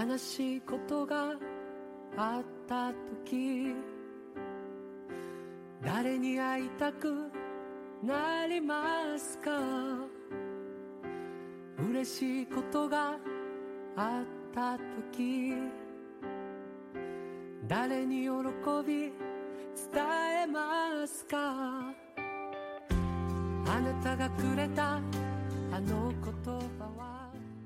悲しいことがあった時誰に会いたくなりますか嬉しいことがあった時誰に喜び伝えますかあなたがくれたあの言葉は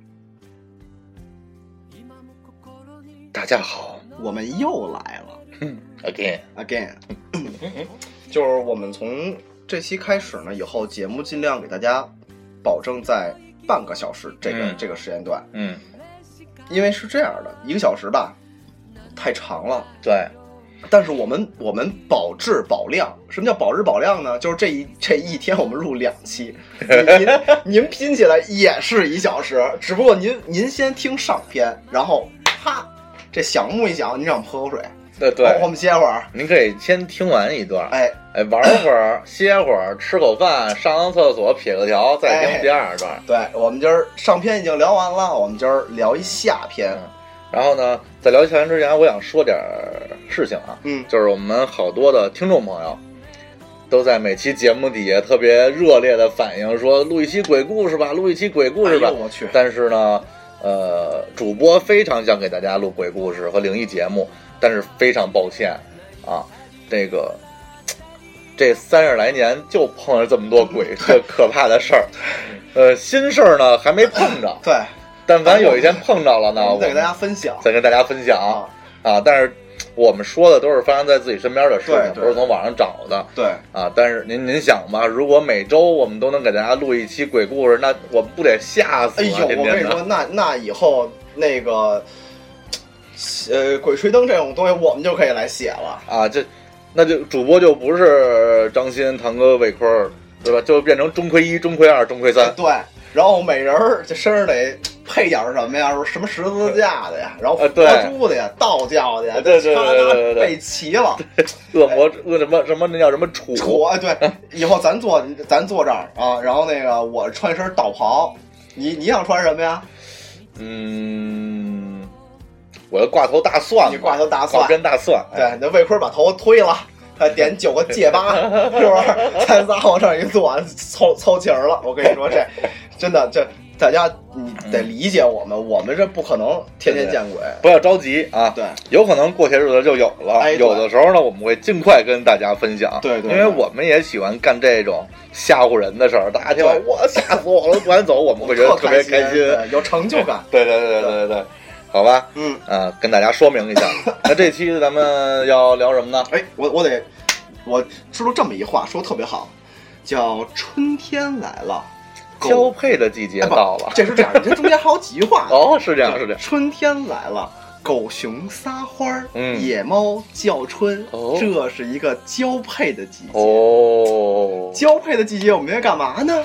今も心に大家好， 我们又来了 again， 就是我们从这期开始呢，以后节目尽量给大家保证在半个小时这个时间段，因为是这样的，1个小时吧太长了， 对， 但是我们保质保量。什么叫保质保量呢？就是这一天我们录2期，您拼起来也是1小时，只不过您先听上篇，然后啪，这响幕一响，您让我们喝口水， 对， 我们歇会儿。 您可以先听完一段，玩会儿，歇会儿，吃口饭，上趟厕所，撇个条，再听第二段。 对，我们今儿上篇已经聊完了，我们今儿聊一下篇。 然后呢，在聊下篇之前，我想说点事情啊，就是我们好多的听众朋友都在每期节目底下特别热烈的反映说，录一期鬼故事吧，录一期鬼故事吧。 我去！但是呢，主播非常想给大家录鬼故事和灵异节目，但是非常抱歉啊，这30来年就碰了这么多鬼这可怕的事儿，新事儿呢还没碰着， 对， 但凡有一天碰着了呢， 我再给大家分享， 再跟大家分享啊！但是我们说的都是发生在自己身边的事情，不是从网上找的， 对啊。但是您想吧，如果每周我们都能给大家录一期鬼故事，那我不得吓死吗？ 哎呦，我跟你说，那以后那个鬼吹灯这种东西，我们就可以来写了啊！那就主播就不是张鑫、堂哥、魏坤，对吧？就变成钟馗1、钟馗2、钟馗3。 对，然后每人这身上得配点什么呀？什么十字架的呀，然后佛珠的呀，道教的呀， 对， 备齐了。 恶魔什么那叫什么楚？ 对，以后咱坐这儿啊，然后那个我穿身道袍，你想穿什么呀？ 我要挂头大蒜， 你挂头大蒜， 挂根大蒜。 对，那魏坤把头推了，他点9个戒疤，是不是？咱仨往上一坐，凑齐儿了。我跟你说，这真的，这大家你得理解我们这不可能天天见鬼， 不要着急啊。 对， 有可能过些日子就有了。有的时候呢，我们会尽快跟大家分享。 对， 因为我们也喜欢干这种吓唬人的事儿。大家听完，我吓死我了，不敢走，我们会觉得特别开心， 有成就感。 对。好吧，跟大家说明一下。那这期咱们要聊什么呢？ 我知道这么一话说特别好，叫春天来了， 交配的季节到了。 这是这样，这中间还有几句话哦，是这样。 春天来了，狗熊撒欢野猫叫春，这是一个交配的季节。交配的季节我们应该干嘛呢？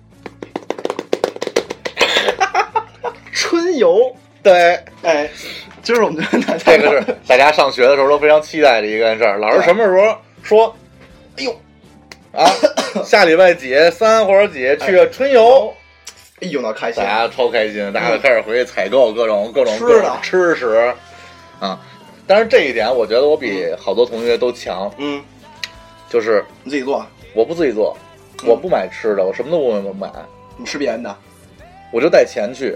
春游。 对， 今儿我们就跟大家这个是大家上学的时候都非常期待的一件事儿。老师什么时候说，哎呦，下礼拜几3或者几去春游？ 哎呦，那开心， 大家超开心，大家开始回去采购各种吃食啊。但是这一点，我觉得我比好多同学都强。就是你自己做， 我不自己做，我不买吃的，我什么都不买。 你吃别人的， 我就带钱去。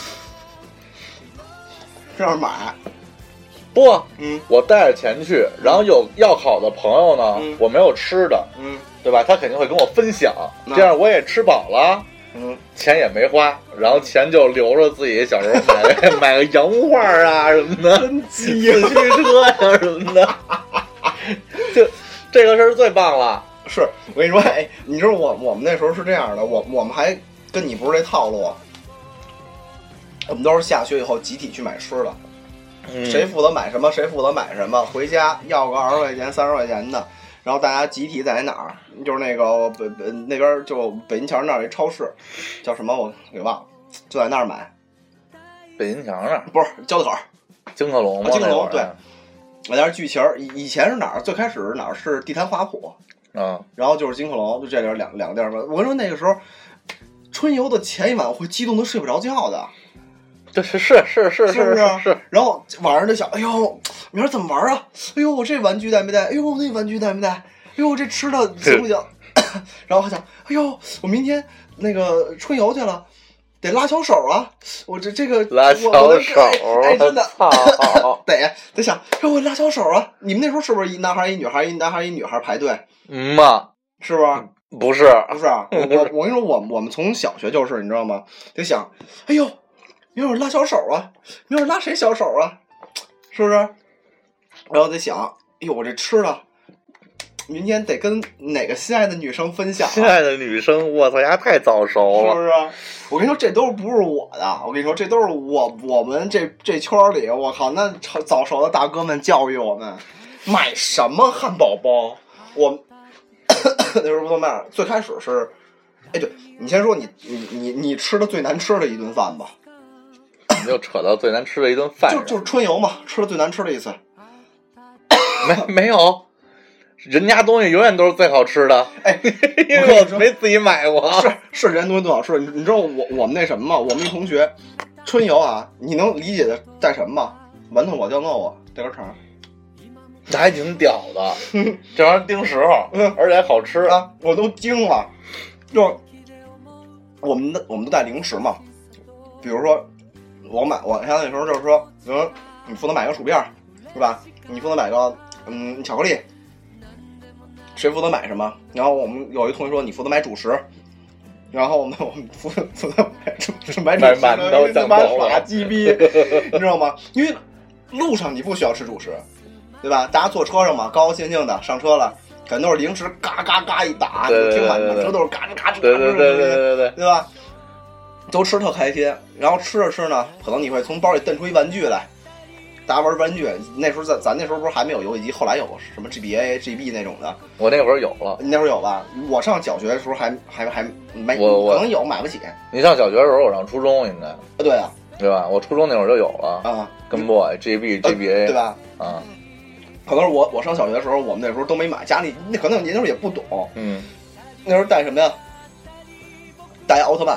这样买不，我带着钱去，然后有要好的朋友呢，我没有吃的，对吧？他肯定会跟我分享，这样我也吃饱了，钱也没花，然后钱就留着自己小时候买个洋画啊什么的， 汽车呀什么的，就这个事儿最棒了。 是我跟你说，你知道我们那时候是这样的，我们还跟你不是这套路。我们都是下学以后集体去买吃的，谁负责买什么谁负责买什么，回家要个20块钱30块钱的，然后大家集体在哪儿，就是那个那边就北京桥那儿有一超市，叫什么我给忘了，就在那儿买。 北京桥那儿不是交子口， 金客隆吗？ 金客隆对，我家是聚齐儿。以前是哪儿？最开始是哪儿？是地坛花圃然后就是金客隆，就这里两个地儿吧。我跟你说那个时候春游的前一晚会激动的睡不着觉的。 这是， 然后晚上就想，哎呦，明儿怎么玩啊？哎呦，我这玩具带没带？哎呦，那玩具带没带？哎呦，这吃的行不行？然后还想，哎呦，我明天那个春游去了，得拉小手啊！我这个拉小手， 哎，真的，得想，哎，我拉小手啊！你们那时候是不是一男孩一女孩，一男孩一女孩排队？ 嘛， 是不是？ 不是， 我跟你说，我们从小学就是，你知道吗？得想，哎呦，明儿拉小手啊，明儿拉谁小手啊？是不是？然后得想，哎呦，我这吃的，明天得跟哪个心爱的女生分享、啊？ 心爱的女生，我操，丫太早熟了， 是不是？我跟你说，这都不是我的，我跟你说，这都是我们这圈里，我靠，那早熟的大哥们教育我们，买什么汉堡包，我。那时候不都卖，最开始是，哎，对，你先说你吃的最难吃的一顿饭吧。 你就扯到最难吃的一顿饭， 就是春游嘛，吃的最难吃的一次。 没有，人家东西永远都是最好吃的。 哎， 因为我没自己买过。 是人家东西最好吃。你知道我们那什么吗？我们一同学春游啊，你能理解的带什么吗？馒头、老姜豆腐、带根肠。 这还挺屌的，这玩意儿盯时候，而且还好吃啊！我都惊了。就我们都带零食嘛，比如说我像那时候就是说，你负责买个薯片，是吧？你负责买个巧克力，谁负责买什么？然后我们有一同学说你负责买主食，然后我们负责买主食，买馒头、 他妈耍鸡逼，你知道吗？因为路上你不需要吃主食。对吧？大家坐车上嘛，高高兴兴的上车了，可能都是零食嘎嘎嘎一打，你听满车都是嘎吱嘎吱，对吧？都吃特开心。然后吃着吃呢，可能你会从包里蹬出一玩具来，大家玩玩具。那时候咱那时候不是还没有游戏机，后来有什么 GBA、GB 那种的。 我那会儿有了， 你那会儿有吧？我上小学的时候还没，可能有买不起。 你上小学的时候，我上初中应该。 对啊， 对吧？我初中那会儿就有了啊， 跟 boy、GB、GBA， 对吧？ 啊。 可能是我上小学的时候，我们那时候都没买，家里那可能那时候也不懂，那时候带什么呀？带奥特曼，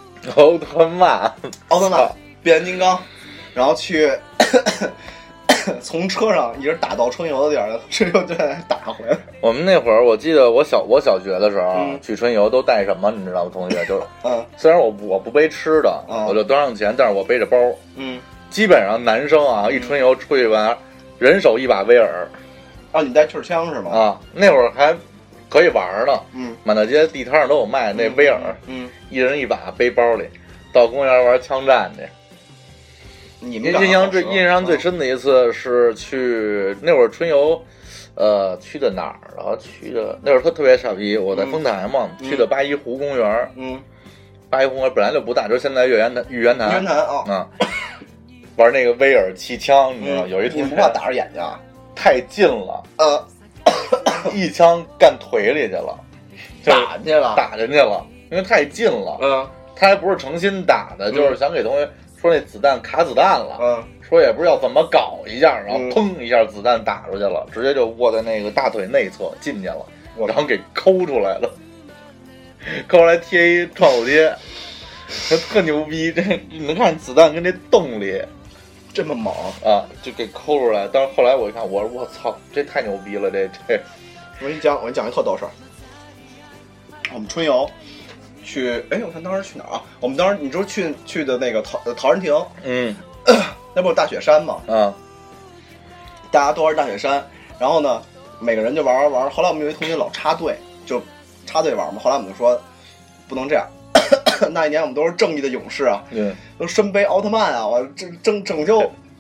变形金刚，然后去从车上一直打到春游的地儿，春游就打回来。 我们那会儿，我记得我小学的时候，去春游都带什么？你知道吗？同学就是，虽然我不背吃的，我就端上钱，但是我背着包，基本上男生啊，一春游出去玩。人手一把威尔， 啊，你带气枪是吗？ 啊，那会儿还可以玩呢，满大街地摊上都有卖那威尔，一人一把背包里，到公园玩枪战去。 你们印象最深的一次是去那会儿春游，去的哪儿啊？去的那会儿特别傻逼，我在丰台嘛，去的八一湖公园，八一湖公园本来就不大，就是现在玉渊潭啊。玩那个威尔气枪，你知道，有一同学不怕打着眼睛啊， 太近了，一枪干腿里去了， 打进去了，因为太近了，他还不是诚心打的，就是想给同学说那子弹卡子弹了，说也不知道怎么搞一下，然后砰一下子弹打出去了，直接就握在那个大腿内侧进去了，然后给抠出来了，抠出来贴一创口贴，特牛逼，这你能看子弹跟这洞里。 这么猛啊，就给抠出来。但是后来我一看，我说我操，这太牛逼了！这我跟你讲一特逗事儿。我们春游去，哎，我看当时去哪儿啊？我们当时你知道去的那个陶然亭，那不是大雪山吗？大家都玩大雪山，然后呢，每个人就玩。后来我们有一同学老插队，就插队玩嘛。后来我们就说不能这样。那一年我们都是正义的勇士啊，都身背奥特曼啊，我拯救，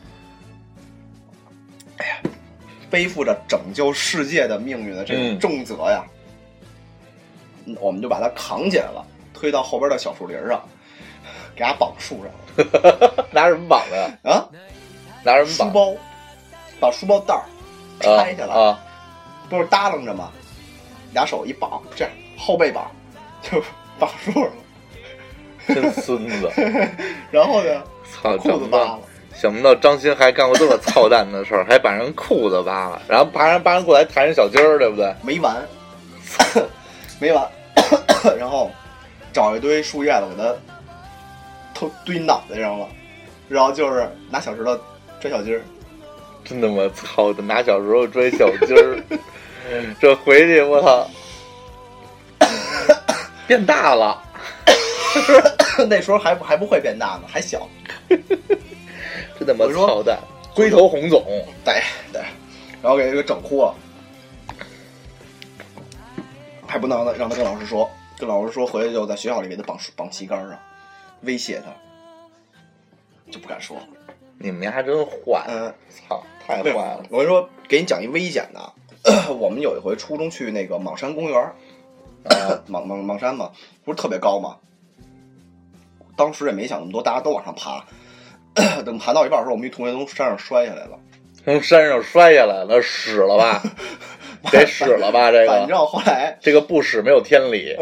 哎呀，背负着拯救世界的命运的这种重责呀，我们就把它扛起来了，推到后边的小树林上，给它绑树上了。 拿什么绑的呀？ 啊， 拿什么绑？ 书包，把书包袋儿拆下来啊， 不是耷楞着吗？俩手一绑，这样后背绑，就绑树上了。 真孙子！ 然后呢？ 操， 裤子扒了。 想不到张鑫还干过这么操蛋的事儿，还把人裤子扒了，然后扒人过来弹人小鸡儿，对不对？ 没完，没完。然后找一堆树叶子给他都堆脑袋上了， 然后就是拿小石头拽小鸡儿。 真他妈操的，拿小石头追小鸡儿，这回去我操，变大了。 那时候还不会变大呢，还小。 真他妈操蛋，龟头红肿。 对，然后给整哭了，还不能让他跟老师说，回去就在学校里给他绑旗杆上，威胁他，就不敢说。 你们家真坏，操，太坏了！ 我跟你说，给你讲一危险的。我们有一回初中去那个莽山公园，莽山嘛，不是特别高嘛。当时也没想那么多，大家都往上爬。等爬到一半的时候，我们一同学从山上摔下来了。 从山上摔下来了，使了吧？得使了吧？这个， 反正后来这个不使没有天理。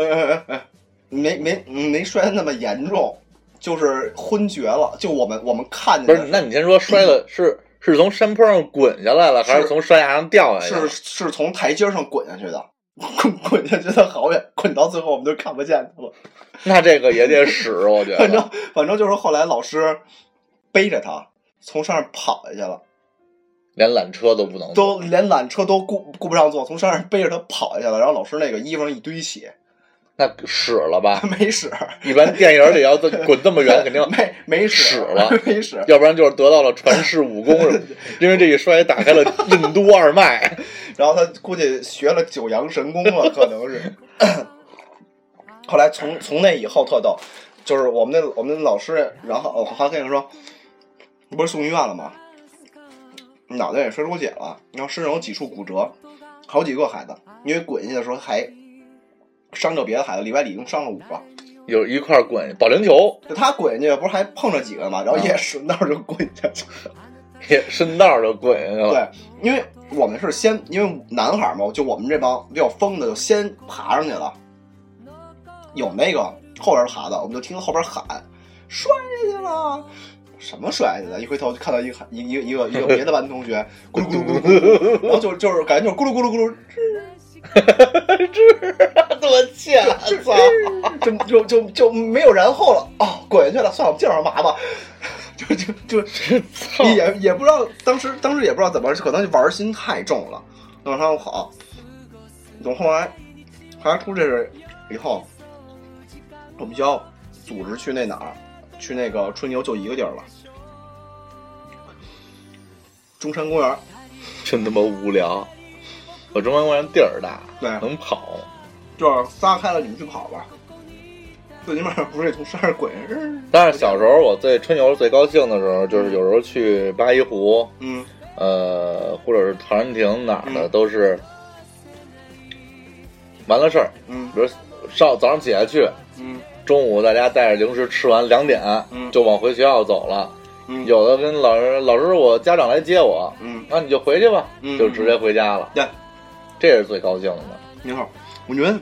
没摔得那么严重，就是昏厥了。就我们看见不是，那你先说摔了是从山坡上滚下来了，还是从山崖上掉下来？ 是从台阶上滚下去的，滚下去的好远，滚到最后我们就看不见他了。 那这个也得使，我觉得。 反正就是后来老师背着他从山上跑下去了， 连缆车都不能坐， 连缆车都顾不上坐，从山上背着他跑下去了。然后老师那个衣服上一堆血。 那使了吧？ 没使。 一般电影里要滚这么远，肯定没使了， 没使。 要不然就是得到了传世武功，因为这一摔打开了任督二脉。 然后他估计学了九阳神功了，可能是。后来从那以后特逗，就是我们那老师，然后我还跟你说，不是送医院了吗？脑袋也摔出血了，然后身上有几处骨折，好几个孩子，因为滚下去的时候还伤着别的孩子，里外里一共伤了5个。 有一块滚保龄球， 就他滚下去不是还碰着几个吗？然后也顺道就滚下去了， 也顺道就滚下去了。 对，因为我们是先，因为男孩嘛，就我们这帮比较疯的就先爬上去了。有那个后边爬的，我们就听后边喊摔下去了，什么摔下去的？一回头就看到一个别的班同学咕噜咕噜咕噜咕噜，然后就是感觉就是咕噜咕噜咕噜， 多欠，操！ 就没有然后了。哦，滚下去了，算了，我们接着麻吧。就也不知道，当时也不知道怎么，可能玩心太重了。然后好，等后来出这事以后。我们学校组织去那哪儿，去那个春游就一个地儿了，中山公园。 真他妈无聊！我中山公园地儿大， 对， 能跑， 就是撒开了你们去跑吧。最起码不是从山上滚。 但是小时候我对春游最高兴的时候，就是有时候去八一湖，或者是陶然亭哪儿的，都是完了事儿。比如早上起来去。中午大家带着零食吃完2点，就往回学校走了。有的跟老师我家长来接我，那你就回去吧，就直接回家了。 对， 这是最高兴的。 没错，我觉得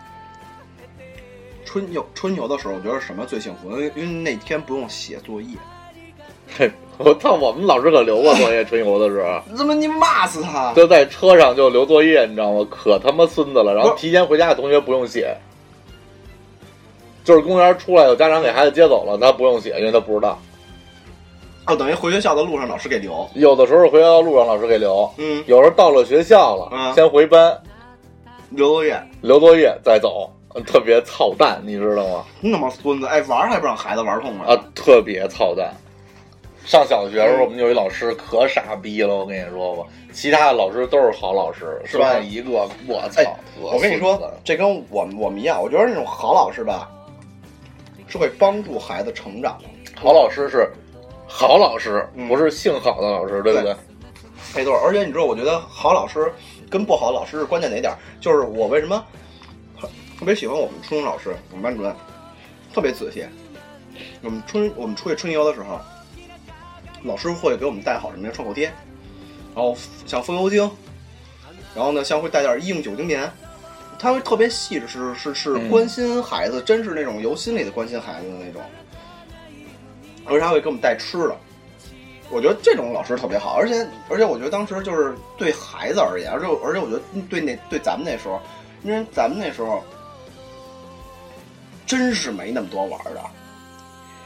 春游的时候，我觉得什么最幸福？因为那天不用写作业。 我操，我们老师可留过作业，春游的时候。 怎么你骂死他？ 就在车上就留作业，你知道吗？可他妈孙子了。然后提前回家的同学不用写。就是公园出来有家长给孩子接走了，他不用写，因为他不知道。 哦，等于回学校的路上老师给留。 有的时候回学校路上老师给留，有时候到了学校了，先回班留作业再走，特别操蛋，你知道吗？ 那么孙子，玩还不让孩子玩痛快啊，特别操蛋。上小学的时候，我们有一老师可傻逼了，我跟你说吧，其他的老师都是好老师， 是吧？ 一个我操！ 我跟你说，这跟我们一样，我觉得那种好老师吧。是会帮助孩子成长的。 好老师是好老师，不是姓好的老师，对不对？ 没错，而且你知道，我觉得好老师跟不好的老师是关键哪点？就是我为什么特别喜欢我们初中老师，我们班主任特别仔细。我们出去春游的时候，老师会给我们带好什么创口贴，然后像风油精，然后呢像会带点医用酒精棉。他会特别细致，是关心孩子，真是那种由心里的关心孩子的那种。而且他会给我们带吃的，我觉得这种老师特别好。而且我觉得当时就是对孩子而言，而且我觉得对咱们那时候，因为咱们那时候真是没那么多玩的。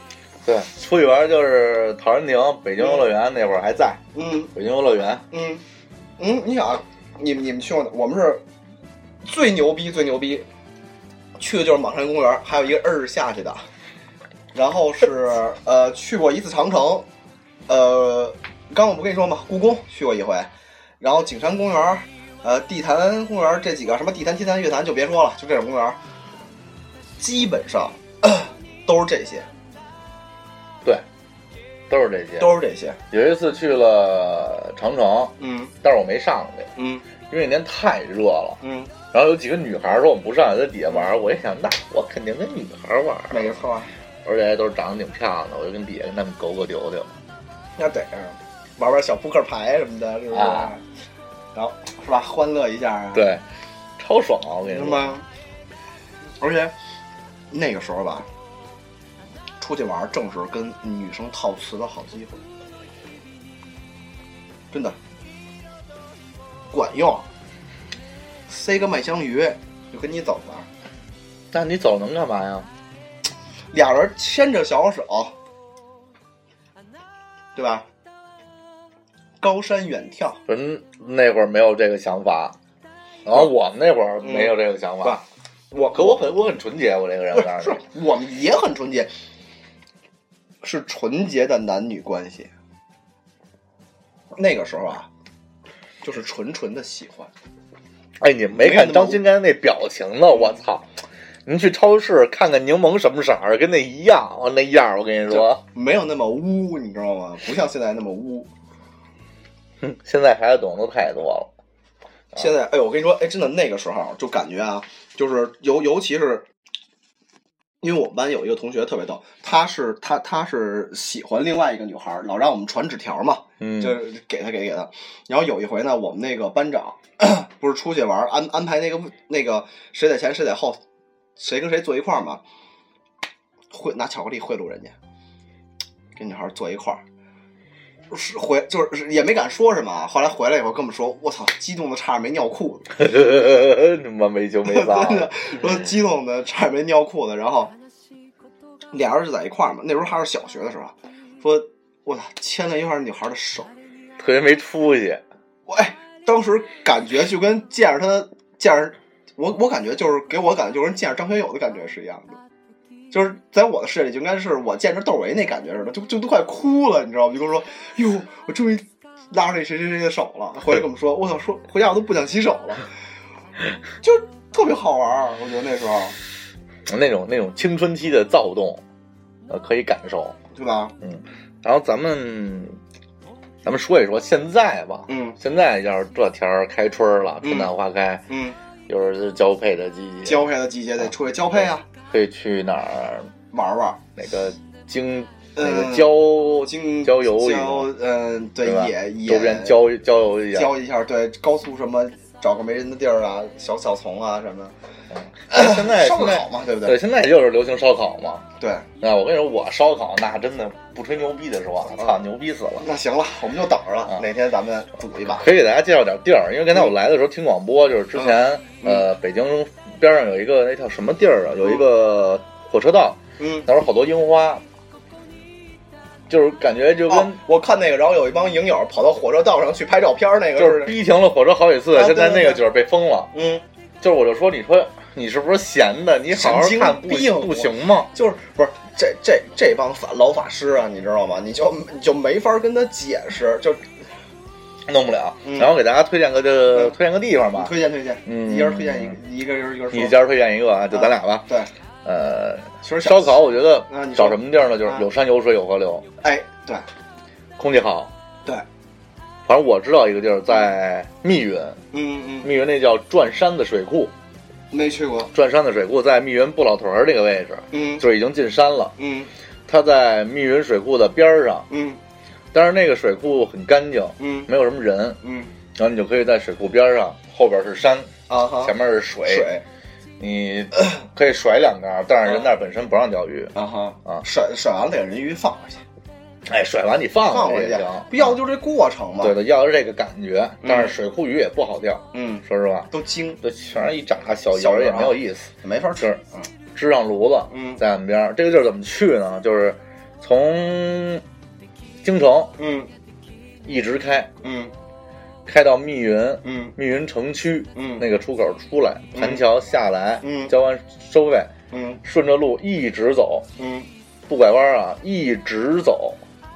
对，出去玩就是陶然亭、北京游乐园那会儿还在。北京游乐园。 你想，你们去过的，我们是最牛逼，去的就是莽山公园，还有一个日下去的，然后是去过一次长城，刚我不跟你说吗？故宫去过一回，然后景山公园。地坛公园这几个什么地坛、天坛、月坛就别说了，就这种公园，基本上都是这些。 对，都是这些。有一次去了长城，但是我没上去，因为那天太热了，然后有几个女孩说我们不上去，在底下玩，我一想，那我肯定跟女孩玩， 没错， 而且都是长得挺漂亮的，我就跟底下跟他们狗丢， 那得玩小扑克牌什么的，是不是？然后是吧，欢乐一下啊！ 对，超爽，我跟你说吗？而且那个时候吧，出去玩正是跟女生套词的好机会，真的管用。塞个麦香鱼就跟你走了， 那你走能干嘛呀？ 俩人牵着小手，对吧？高山远眺， 那会儿没有这个想法，然后我们那会儿没有这个想法。我很纯洁，我这个人是我们也很纯洁，是纯洁的男女关系。那个时候啊，就是纯的喜欢。 哎，你没看张新干那表情呢？我操！您去超市看看柠檬什么色儿，跟那一样，那样我跟你说， 没有那么污，你知道吗？不像现在那么污。 现在孩子懂得太多了。 现在，哎，我跟你说，哎，真的那个时候就感觉啊，就是尤其是，因为我们班有一个同学特别逗，他是喜欢另外一个女孩，老让我们传纸条嘛，就是给他。然后有一回呢，我们那个班长不是出去玩，安排那个谁在前谁在后，谁跟谁坐一块儿嘛，拿巧克力贿赂人家，跟女孩坐一块儿。就是也没敢说什么，后来回来以后跟我们说，我操，激动的差点没尿裤子， 他妈没羞没臊， 说激动的差点没尿裤子，然后俩人就在一块儿嘛，那时候还是小学的时候，说我操，牵了一块女孩的手， 特别没出息。 当时感觉就跟见着我感觉就是给我感觉就跟见着张学友的感觉是一样的。就是在我的视野里，就应该是我见着窦唯那感觉似的，就都快哭了，你知道吗？就跟我说，哟，我终于拉着那谁的手了。回来跟我们说，我操，说回家我都不想洗手了，就特别好玩。我觉得那时候那种青春期的躁动，可以感受， 对吧？ 然后咱们说一说现在吧，现在要是这天儿开春了，春暖花开，又是交配的季节， 得出去交配啊。 可以去哪儿玩？ 那个郊游对，也周边郊游一下，对，高速什么找个没人的地儿啊，小丛啊什么。 现在烧烤嘛，对不对？ 对，现在就是流行烧烤嘛。 对， 我跟你说，我烧烤那真的不吹牛逼的说，操，牛逼死了。 那行了，我们就等着了，哪天咱们组一把。 可以给大家介绍点地儿，因为刚才我来的时候听广播，就是之前北京边上有一个那叫什么地儿啊，有一个火车道，那会儿好多樱花，就是感觉就跟我看那个，然后有一帮影友跑到火车道上去拍照片，那个就是逼停了火车好几次，现在那个景被封了。就是我就说，你说你是不是闲的？你好好看不行吗？ 就是不是这帮老法师啊，你知道吗？你就没法跟他解释，就弄不了。然后给大家推荐个地方吧。 推荐，一人推荐一个人说。 你一家推荐一个啊，就咱俩吧。 对。 其实烧烤我觉得找什么地儿呢？就是有山有水有河流。 哎，对， 空气好。 对。 反正我知道一个地儿在密云，密云那叫转山的水库， 没去过。 转山的水库在密云不老屯这个位置，就已经进山了，它在密云水库的边上，但是那个水库很干净，没有什么人，然后你就可以在水库边上，后边是山，前面是水，你可以甩两杆，但是人那本身不让钓鱼，甩完了得人鱼放回去。哎，甩完你放回去行，要的就是这过程嘛。对的，要的是这个感觉，但是水库鱼也不好钓。说实话，都精，这全是一炸小鱼也没有意思，没法吃。支上炉子，在岸边。这个地儿怎么去呢？就是从京城一直开开到密云密云城区那个出口出来，盘桥下来交完收费顺着路一直走不拐弯啊，一直走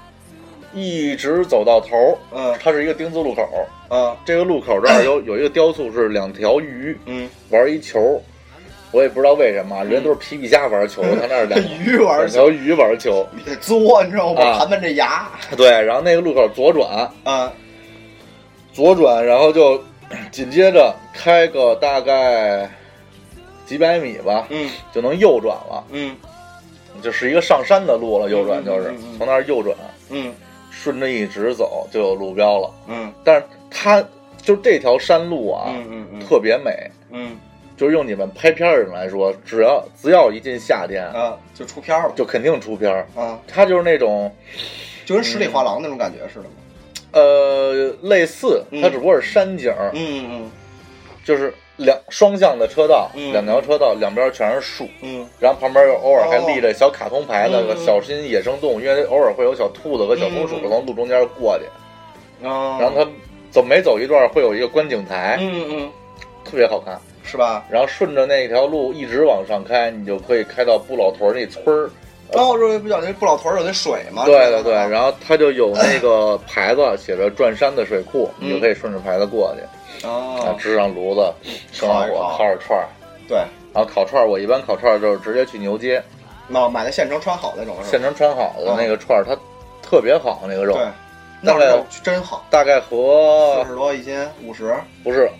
到头它是一个丁字路口这个路口这儿有一个雕塑是2条鱼玩一球，我也不知道为什么，人都是皮皮虾玩球，他那儿2条鱼玩球， 你得作，你知道吗？盘盘这牙。 对，然后那个路口左转左转，然后就紧接着开个大概几百米吧，就能右转了，就是一个上山的路了，右转就是从那儿右转，顺着一直走就有路标了，但是它就这条山路啊，特别美，就是用你们拍片的人来说，只要一进夏天就出片了， 就肯定出片它就是那种， 就跟十里画廊那种感觉似的吗？ 类似，它只不过是山景，就是双向的车道，2条车道两边全是树，然后旁边又偶尔还立着小卡通牌那个小心野生动物，因为偶尔会有小兔子和小松鼠从路中间过去，然后它每走一段会有一个观景台，特别好看， 是吧？ 然后顺着那条路一直往上开，你就可以开到不老屯那村儿。 这不叫那不老屯有那水吗？ 对，然后它就有那个牌子写着转山的水库，你就可以顺着牌子过去。支上炉子，生完火，烤点串儿。对，然后烤串儿，我一般烤串儿就是直接去牛街， 买的现成穿好那种， 现成穿好的那个串儿，它特别好，那个肉。 对，那肉真好。 大概合 40多一斤，50？ 不是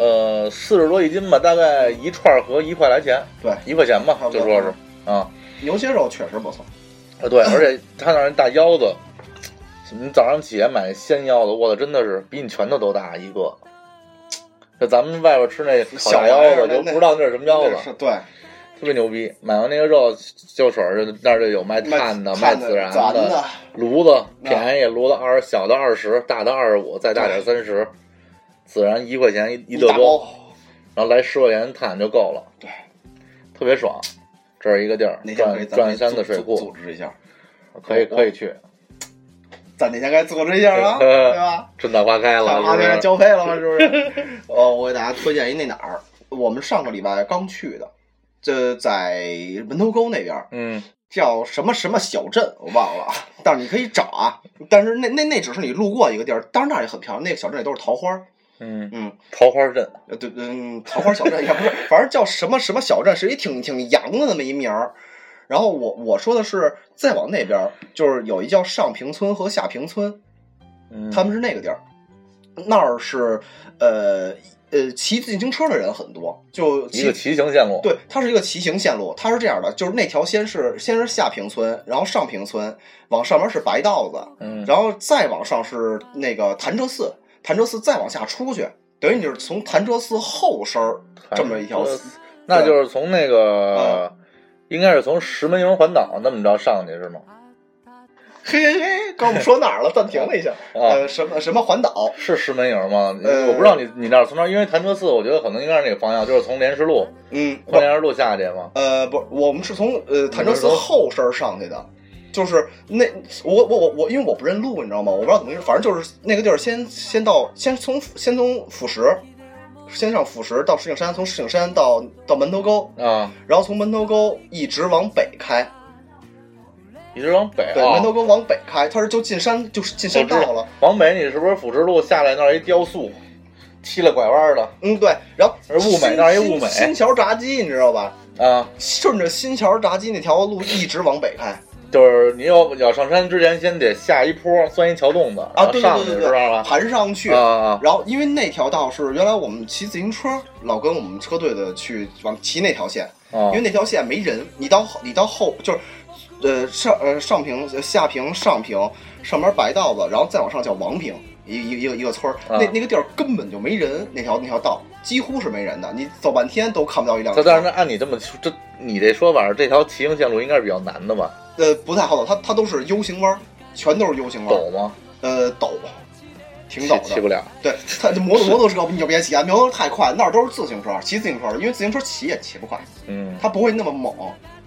，40多一斤吧，大概一串合1块来钱。对，1块钱吧，就说是牛街肉确实不错， 对，而且他那大腰子，你早上起来买鲜腰子，我的真的是比你拳头都大一个。这咱们外边吃那烤大腰子就不知道那是什么腰子， 对， 特别牛逼。买完那个肉就水那儿就有卖炭的、卖孜然的，炉子便宜，炉子小的20，大的25，再大点30，孜然1块钱一大包，然后来10块钱炭就够了， 对， 特别爽。这是一个地儿，转山的水库， 组织一下， 可以去。 咱那天该组织一下啊，对吧？ 春暖花开了， 花该交配了吗？是不是？我给大家推荐一那哪儿，我们上个礼拜刚去的，这在门头沟那边，叫什么什么小镇，我忘了，但是你可以找啊。但是那只是你路过一个地儿，当然那也很漂亮，那个小镇里都是桃花。 桃花镇， 对，桃花小镇也不是，反正叫什么什么小镇，是一挺洋的那么一名儿。然后我说的是再往那边，就是有一叫上平村和下平村，他们是那个地儿，那儿是骑自行车的人很多，就一个骑行线路。 对，它是一个骑行线路，它是这样的，就是那条先是下平村，然后上平村，往上面是白道子，然后再往上是那个潭柘寺。潭柘寺再往下出去，等于你就是从潭柘寺后身这么一条， 那就是从那个，应该是从石门营环岛那么着上去是吗？ 嘿，刚我们说哪儿了？暂停了一下。什么环岛？ 是石门营吗？我不知道你那儿从哪儿，因为潭柘寺我觉得可能应该是那个方向，就是从莲石路，从莲石路下去吗？ 不，我们是从潭柘寺后身上去的。就是那我因为我不认路，你知道吗？我不知道怎么回事，反正就是那个地儿先从辅石，先上辅石到石景山，从石景山到门头沟然后从门头沟一直往北开， 一直往北， 对，门头沟往北开，它是就进山道了。 往北你是不是辅石路下来那儿一雕塑，七了拐弯的？ 对，然后物美那儿一物美， 新桥闸机你知道吧？顺着新桥闸机那条路一直往北开。 就是你要上山之前，先得下一坡，钻一桥洞子啊， 对， 知道吧？ 盘上去然后因为那条道是原来我们骑自行车老跟我们车队的去往骑那条线，因为那条线没人，你到后就是上平下平上平上边白道子，然后再往上叫王平，一个村那个地儿根本就没人，那条道几乎是没人的，你走半天都看不到一辆车。 但是按你这么你这说法，这条骑行线路应该是比较难的吧？ 不太好走，它都是 U 型弯，全都是 U 型弯。 陡吗？ 陡，挺陡的， 骑不了。 对，它摩托车你就别骑啊，摩托车太快，那儿都是自行车，骑自行车的，因为自行车骑也骑不快，它不会那么猛，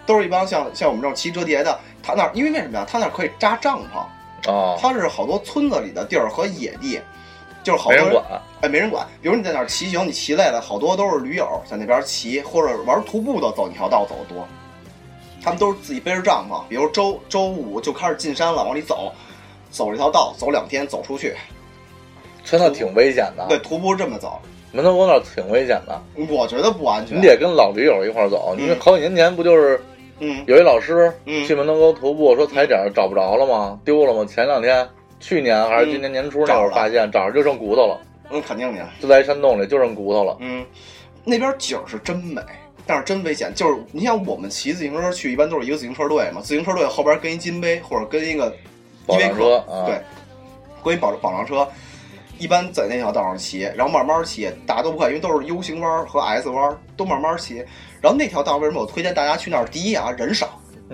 都是一帮像我们这种骑折叠的。他那儿因为什么呀？他那儿可以扎帐篷他是好多村子里的地儿和野地，就是好多人管， 没人管。比如你在那儿骑行，你骑累了，好多都是驴友在那边骑，或者玩徒步的走那条道走得多。他们都是自己背着帐篷，比如周五就开始进山了，往里走这条道，走2天走出去。 真的挺危险的。 对，徒步这么走。 门头沟那儿挺危险的， 我觉得不安全。 你得跟老驴友一块儿走，因为好几年前不就是有一老师去门头沟徒步，说踩点找不着了吗？丢了吗？前2天，去年还是今年年初那会儿发现，找着就剩骨头了。 肯定的， 就在山洞里就剩骨头了。 那边景是真美，但是真危险。就是你想我们骑自行车去，一般都是一个自行车队嘛，自行车队后边跟一金杯或者跟一个保障车， 对，跟一保障车。一般在那条道上骑，然后慢慢骑，大家都不快，因为都是 U 型弯和 S 弯，都慢慢骑。然后那条道为什么我推荐大家去那儿？第一啊，人少，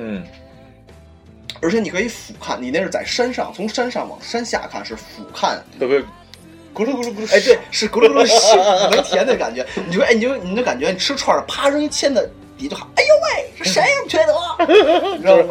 而且你可以俯瞰，你那是在山上，从山上往山下看是俯瞰， 对不对？ 咕噜咕噜咕噜，哎，对，是咕噜咕噜是能甜的感觉。你就你就感觉你吃串儿，啪扔一签的底就喊，哎呦喂，是谁呀？缺德，你知道吗？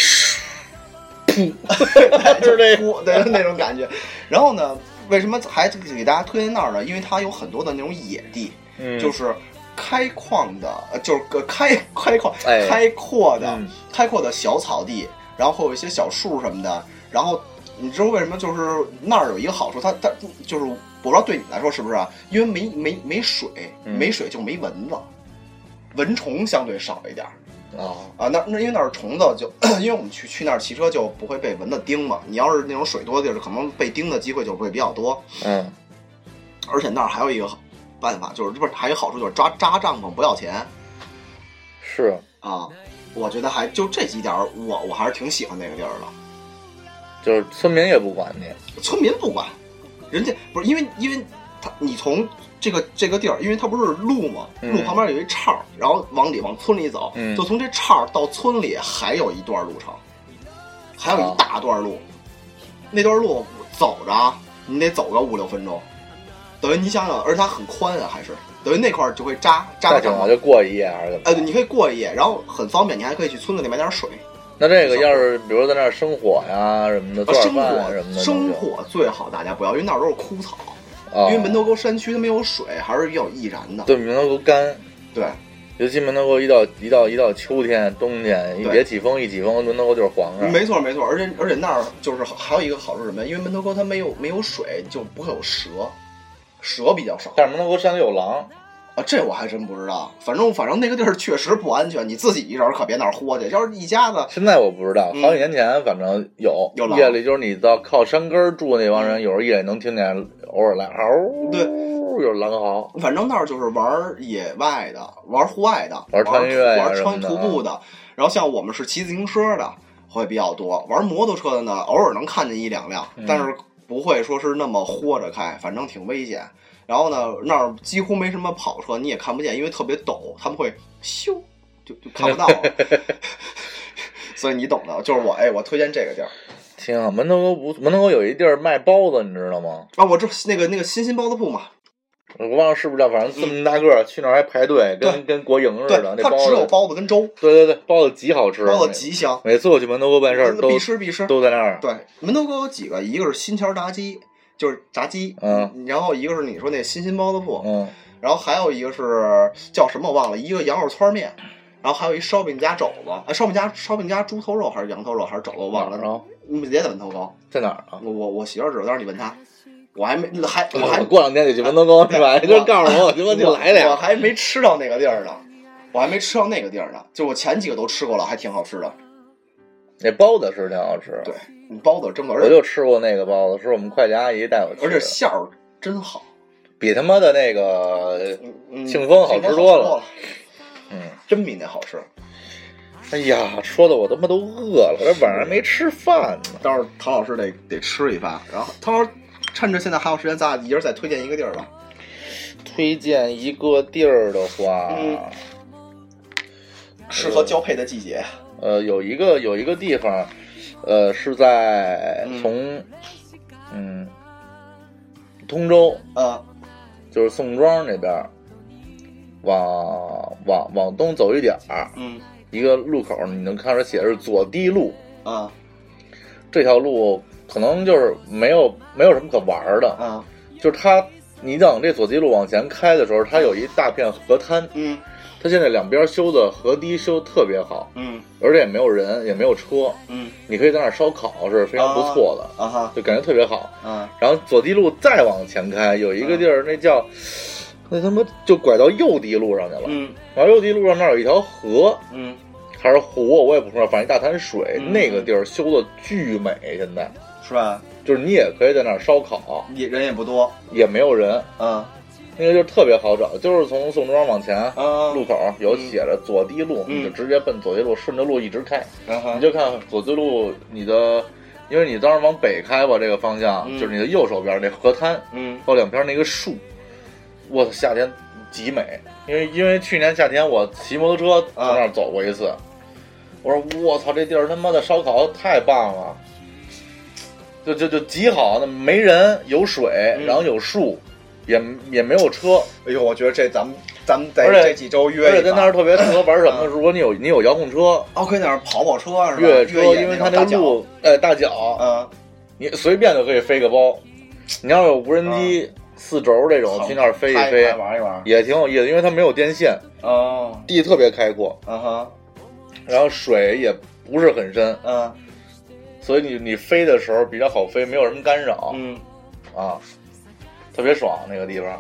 噗，就是这呼，对，那种感觉。然后呢？为什么还给大家推荐那儿呢？因为它有很多的那种野地，就是开矿的，就是开阔的小草地，然后会有一些小树什么的。然后你知道为什么？就是那儿有一个好处，它就是我不知道对你来说是不是啊？因为没水，没水就没蚊子，蚊虫相对少一点。那因为那儿虫子就，因为我们去那儿骑车就不会被蚊子叮嘛。你要是那种水多的地儿，可能被叮的机会就会比较多。而且那儿还有一个办法，就是不是还有好处就是扎帐篷不要钱。 是啊，我觉得还就这几点，我还是挺喜欢那个地儿的。 就是村民也不管你， 村民不管，人家不是因为你从这个地儿，因为它不是路嘛，路旁边有一岔，然后往村里走，就从这岔到村里还有一段路程，还有一大段路，那段路走着你得走个5-6分钟，等于你想想，而且它很宽啊，还是等于那块就会扎个帐篷， 就过一夜还是怎么？ 你可以过一夜，然后很方便，你还可以去村子里买点水。 那这个要是比如在那儿生火呀什么的，做饭什么的， 生火最好大家不要，因为那儿都是枯草。因为门头沟山区它没有水，还是比较易燃的。对， 门头沟干。 对， 尤其门头沟一到秋天、冬天，一别起风一起风，门头沟就是黄的。 没错，而且那儿就是还有一个好处是什么？因为门头沟它没有水，就不会有蛇比较少。 但是门头沟山里有狼啊，这我还真不知道。反正那个地儿确实不安全，你自己一人可别那儿豁去。要是一家子， 现在我不知道，好几年前反正有狼。 夜里就是你到靠山根住那帮人，有时候夜里能听见偶尔来嗷， 对， 有狼嚎。 反正那儿就是玩野外的，玩户外的， 玩穿越玩穿徒步的。然后像我们是骑自行车的会比较多，玩摩托车的呢，偶尔能看见1-2辆，但是不会说是那么豁着开，反正挺危险。然后呢，那儿几乎没什么跑车，你也看不见，因为特别陡，他们会咻就看不到了。所以你懂的，就是我推荐这个地儿。 挺好，门头沟有一地儿卖包子，你知道吗？ 啊，我知那个新包子铺嘛。 我忘了是不是反正这么大个儿，去那儿还排队，跟国营似的。 它只有包子跟粥。 对，包子极好吃， 包子极香。 每次我去门头沟办事儿必吃， 都在那儿。 对，门头沟有几个，一个是新桥炸鸡。就是炸鸡，然后一个是你说那新包子铺，然后还有一个是叫什么我忘了，一个羊肉汆面，然后还有一烧饼夹肘子，烧饼夹猪头肉还是羊头肉还是肘子我忘了，也在门头沟， 在哪儿啊？ 我媳妇知道，但是你问她，我还过2天得去门头沟是吧？就告诉我就来俩， 我还没吃到那个地儿呢，就我前几个都吃过了，还挺好吃的。 那包子是挺好吃， 对，包子真好吃。 我就吃过那个包子，是我们会计阿姨带我吃的， 而且馅儿真好， 比他妈的那个庆丰好吃多了。 真比那好吃。 哎呀，说的我他妈都饿了，这晚上没吃饭呢。 到时候唐老师得吃一发，然后唐老师趁着现在还有时间，咱俩一人再推荐一个地儿吧。 推荐一个地儿的话， 适合交配的季节。 有一个地方，是在从通州就是宋庄那边往东走一点儿， 一个路口，你能看出写的是左堤路啊。 这条路可能就是没有什么可玩的啊， 就是你等这左堤路往前开的时候，它有一大片河滩，它现在两边修的河堤修得特别好，而且也没有人，也没有车，你可以在那儿烧烤是非常不错的啊， 就感觉特别好啊。然后左堤路再往前开，有一个地儿，那叫那他妈就拐到右堤路上去了，然后右堤路上那儿有一条河，还是湖，我也不知道，反正一大滩水，那个地儿修的巨美，现在是吧？ 就是你也可以在那儿烧烤， 人也不多， 也没有人，那个就特别好找，就是从宋庄往前，路口有写着左堤路，你就直接奔左堤路，顺着路一直开，你就看左堤路，因为你当时往北开吧，这个方向就是你的右手边那河滩，和两边那个树，我夏天极美，因为去年夏天我骑摩托车从那儿走过一次，我说我操，这地儿他妈的烧烤太棒了，就极好，那没人，有水，然后有树。也没有车， 哎呦，我觉得这咱们在这几周约一把， 而且在那儿特别适合玩什么？如果你有遥控车， 可以在那儿跑车是吧？ 越野车，因为它那路大脚，你随便就可以飞个包。你要有无人机4轴这种去那儿飞一飞， 玩一玩， 也挺有意思，因为它没有电线，地特别开阔，然后水也不是很深，所以你飞的时候比较好飞，没有什么干扰，特别爽那个地方，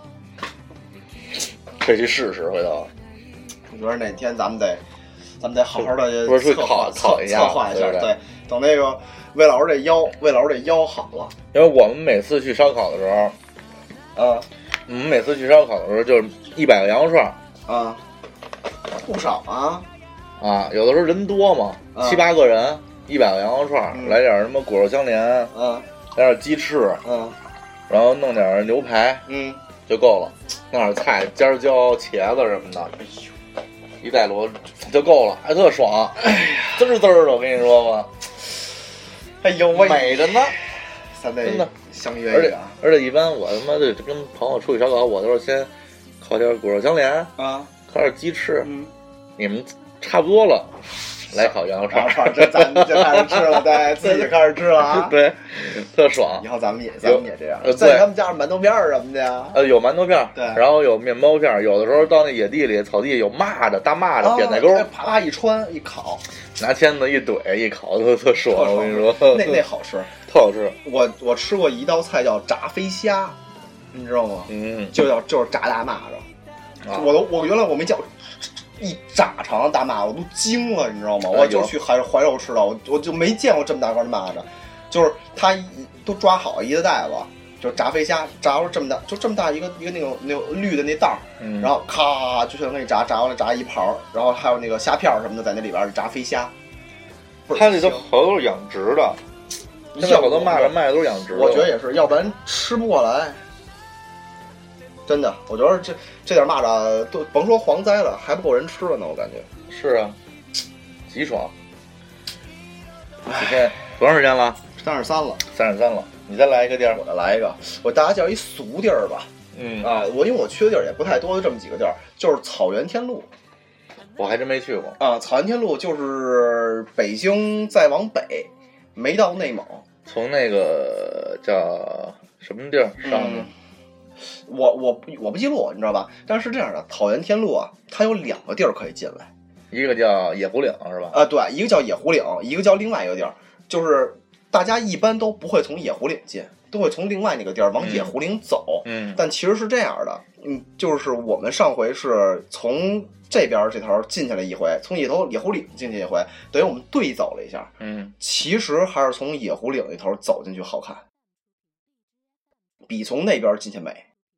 可以去试试。回头， 我觉得哪天咱们得好好的不是考一下， 策划一下，对，等那个魏老师这腰好了。 因为我们每次去烧烤的时候，我们每次去烧烤的时候就是100个羊肉串， 不少啊， 有的时候人多嘛，7、8个人，100个羊肉串，来点什么果肉相连，来点鸡翅，然后弄点牛排，就够了。弄点菜，尖椒、茄子什么的，一带摞就够了，还特爽。哎呀，滋儿的，我跟你说吧。 哎呦喂， 美着呢， 真的相约一个。 而且一般我他妈的跟朋友出去烧烤，我都是先烤点果肉相连，烤点鸡翅。你们差不多了。来烤羊肉串， 这咱们就开始吃了，对，自己开始吃了啊， 对，特爽。 以后咱们也这样，在他们家馒头片什么的， 有馒头片， 对， 然后有面包片，有的时候到那野地里、草地有大蚂蚱扁带钩， 啪啪一穿一烤， 拿签子一怼一烤，特爽。我跟你说， 那好吃， 特好吃。 我吃过一道菜叫炸飞虾，你知道吗？就是炸大蚂蚱，我原来我没叫。一炸长大蚂蚱我都惊了，你知道吗？我就去怀柔吃的，我就没见过这么大个的蚂蚱，就是它都抓好一个袋子，就炸飞虾，炸出这么大，就这么大一个那种绿的那袋儿，然后咔就全给你炸完了，炸一盘，然后还有那个虾片什么的在那里边炸飞虾。 它里头好多都是养殖的，现在好多蚂蚱卖的都是养殖的， 我觉得也是，要不然吃不过来。真的，我觉得这点蚂蚱都甭说蝗灾了，还不够人吃了呢。我感觉是啊，极爽。今天多长时间了 ？33了 ，33了。你再来一个地儿， 我再来一个。我大家叫一俗地儿吧。因为我去的地儿也不太多，就这么几个地儿，就是草原天路。 我还真没去过草原天路就是北京再往北，没到内蒙， 从那个叫什么地儿上去。 我不记录，你知道吧？但是这样的，草原天路它有2个地儿可以进来， 一个叫野狐岭是吧？ 对，一个叫野狐岭，一个叫另外一个地儿，就是大家一般都不会从野狐岭进，都会从另外那个地儿往野狐岭走。但其实是这样的，就是我们上回是从这边这头进去了一回，从野狐岭进去一回，等于我们对走了一下。其实还是从野狐岭那头走进去好看，比从那边进去美。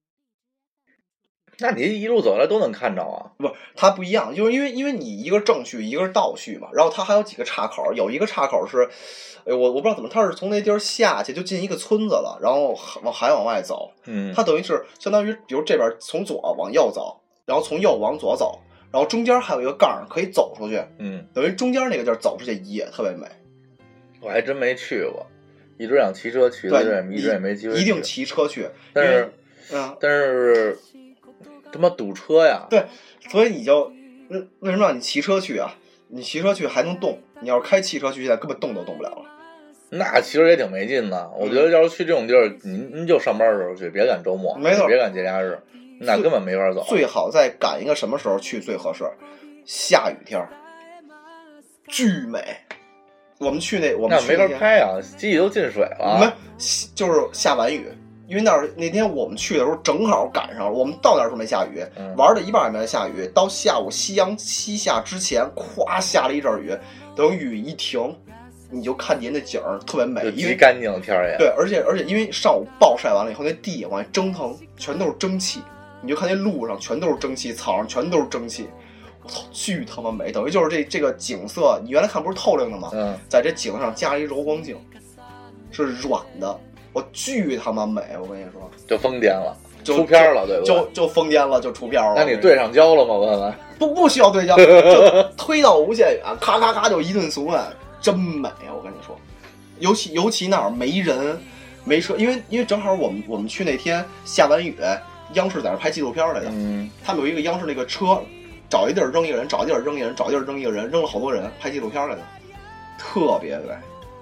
那你一路走来都能看着啊？ 不，它不一样，就是因为你一个正序，一个是倒序嘛，然后它还有几个岔口，有一个岔口是，我不知道怎么，它是从那地儿下去就进一个村子了，然后还往外走，它等于是相当于，比如这边从左往右走，然后从右往左走，然后中间还有一个杠可以走出去，等于中间那个地儿走出去也特别美。 我还真没去过，一直想骑车去，一直也没机会。 一定骑车去， 但是他妈堵车呀！ 对，所以你就为什么让你骑车去啊？你骑车去还能动，你要是开汽车去，现在根本动都动不了了。 那其实也挺没劲的。我觉得要是去这种地儿，您就上班的时候去，别赶周末， 没错， 别赶节假日，那根本没法走。 最好再赶一个什么时候去最合适？下雨天，巨美。我们去那没法拍啊，机器都进水了。 没，就是下完雨。因为那天我们去的时候正好赶上了，我们到那时候没下雨，玩的一半也没下雨，到下午夕阳西下之前，咵下了一阵雨，等雨一停，你就看见那景儿特别美，因为干净的天儿也。 对，而且因为上午暴晒完了以后，那地往外蒸腾，全都是蒸汽，你就看那路上全都是蒸汽，草上全都是蒸汽，我操，巨他妈美！等于就是这个景色，你原来看不是透亮的吗？在这景上加了一柔光镜，是软的。我巨他妈美，我跟你说， 就疯癫了，出片了，对吧？ 就疯癫了，就出片了。 那你对上焦了吗？问问。 不需要对焦，就推到无限远，咔咔咔就一顿送问，真美！我跟你说，尤其那儿没人没车，因为正好我们去那天下完雨，央视在那拍纪录片来的，他们有一个央视那个车，找一地儿扔一个人，找一地儿扔一个人，找一地儿扔一个人，扔了好多人，拍纪录片来的，特别美。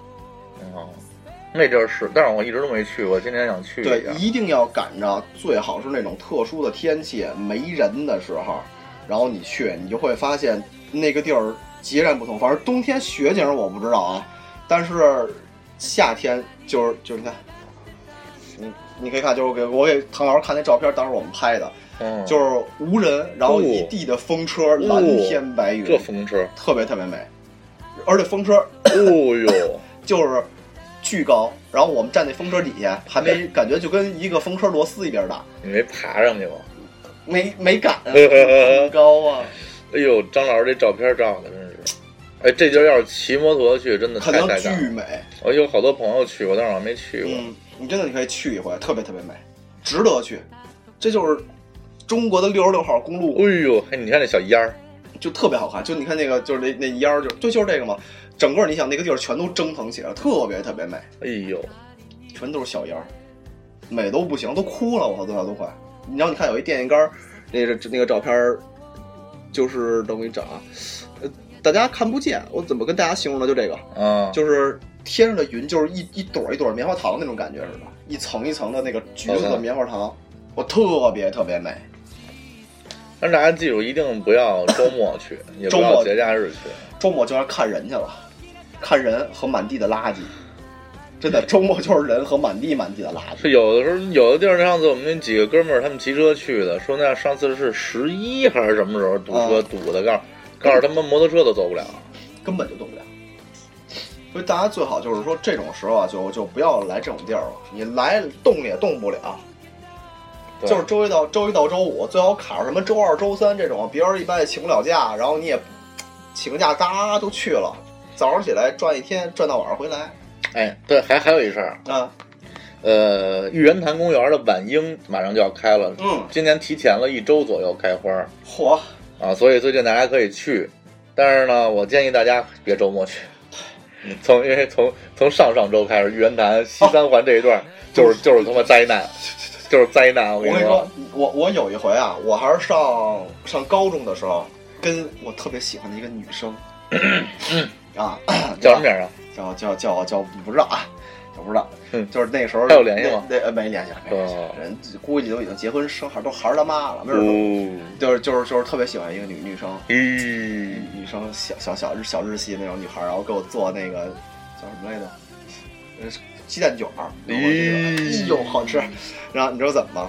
那地儿是，但是我一直都没去过，今年想去一下。 对，一定要赶上，最好是那种特殊的天气，没人的时候，然后你去，你就会发现那个地儿截然不同。反正冬天雪景我不知道啊，但是夏天就是你看，你可以看，就是我给唐老师看那照片，当时我们拍的，就是无人，然后一地的风车，蓝天白云， 这风车特别特别美，而且风车，就是巨高，然后我们站那风车底下，还没感觉就跟一个风车螺丝一边大。 你没爬上去吗？ 没敢，很高啊！ 哎呦，张老师这照片照的真是，哎，这地儿要是骑摩托去，真的太感巨美。 我有好多朋友去过，但是我没去过。 你真的你可以去一回，特别特别美，值得去。这就是中国的66号公路。 哎呦，你看那小烟儿， 就特别好看。就你看那个，就是那烟儿，就是这个嘛。整个你想那个地儿全都蒸腾起来，特别特别美。 哎呦， 全都是小烟儿，美都不行，都哭了，我操，都快。你知道，你看有一电线杆，那个照片，就是等我给你找啊，大家看不见，我怎么跟大家形容呢？就这个，就是天上的云，就是一朵一朵棉花糖那种感觉似的，一层一层的那个橘子的棉花糖，我特别特别美。 但大家记住，一定不要周末去，也不要节假日去。 周末就要看人去了，看人和满地的垃圾。真的，周末就是人和满地的垃圾。 是有的时候，有的地儿，上次我们那几个哥们儿他们骑车去的，说那上次是11还是什么时候堵车堵的，告诉他们摩托车都走不了， 根本就动不了。所以大家最好就是说这种时候啊，就不要来这种地儿了。你来动也动不了。就是周一到周五，最好卡上什么周二、周三这种，别人一般也请不了假，然后你也请个假，哒都去了，早上起来转一天，转到晚上回来。 哎，对，还有一事儿啊，玉渊潭公园的晚樱马上就要开了，今年提前了1周左右开花， 嚯啊，所以最近大家可以去，但是呢，我建议大家别周末去，因为从上周开始，玉渊潭西三环这一段就是他妈灾难。就是灾难，我跟你说， 我有一回啊，我还是上高中的时候，跟我特别喜欢的一个女生，啊， 叫什么名啊？ 叫不知道啊，不知道，就是那个时候还有联系吗？ 没联系，人估计都已经结婚生孩，都孩儿他妈了，没准就是特别喜欢一个女生，女生小日系那种女孩，然后给我做那个叫什么来着？鸡蛋卷儿，哎呦好吃！然后你知道怎么吗？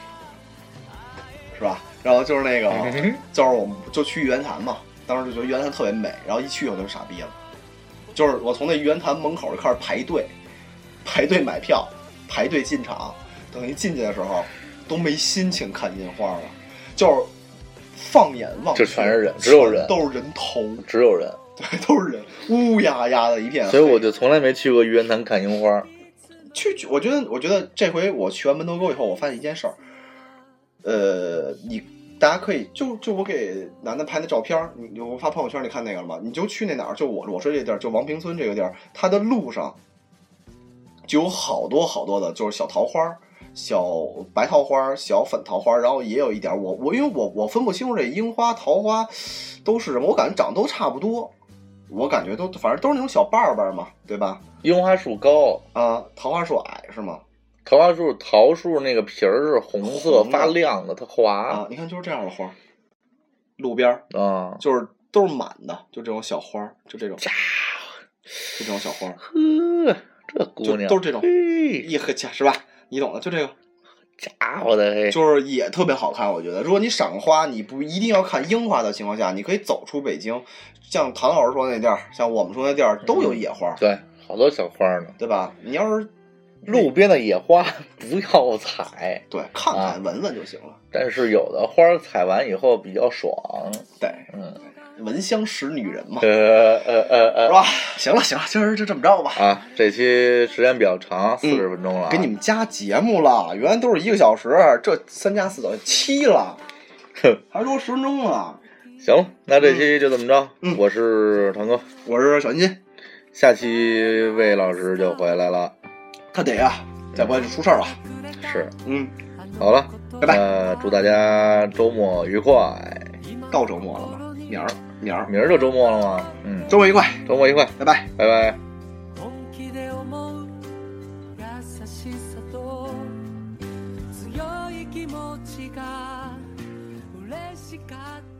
是吧？然后就是那个，就是我们就去玉渊潭嘛，当时就觉得玉渊潭特别美，然后一去我就傻逼了，就是我从那玉渊潭门口就开始排队买票，排队进场，等一进去的时候都没心情看樱花了，就是放眼望去， 就全是人，只有人， 都是人头， 只有人。 对，都是人，乌压压的一片。 所以我就从来没去过玉渊潭看樱花。 我觉得这回我去完门头沟以后，我发现一件事儿，大家可以就我给楠楠拍的照片，我发朋友圈，你看那个了吗？你就去那哪儿，就我说这地儿，就王坪村这个地儿，它的路上就有好多好多的，就是小桃花， 小白桃花、小粉桃花，然后也有一点因为我分不清楚这樱花、桃花都是什么，我感觉长得都差不多，我感觉都反正都是那种小瓣瓣嘛，对吧？ 樱花树高啊，桃花树矮是吗？ 桃树那个皮儿是红色发亮的，它滑啊。你看就是这样的花，路边啊， 就是都是满的，就这种小花，就这种小花。 呵，这姑娘都是这种，一呵家是吧？你懂的，就这个。 家伙的嘿， 就是也特别好看，我觉得。如果你赏花，你不一定要看樱花的情况下，你可以走出北京，像唐老师说那地儿，像我们说那地儿都有野花， 对，好多小花呢， 对吧？你要是路边的野花不要采， 对，看看闻闻就行了。 但是有的花采完以后比较爽， 对，闻香识女人嘛， 是吧？行了，今儿就这么着吧。 啊，这期时间比较长，40分钟了， 给你们加节目了，原来都是1个小时，这3加4等于7了，还多10分钟了。 行了，那这期就这么着。我是唐哥， 我是小金， 下期魏老师就回来了。 他得啊，再不然就出事儿了。 是， 好了，拜拜。祝大家周末愉快。 到周末了吗？明儿就周末了吗？ 周末愉快，拜拜， 拜拜。 本気で思う優しさと強い気持ちが嬉しかった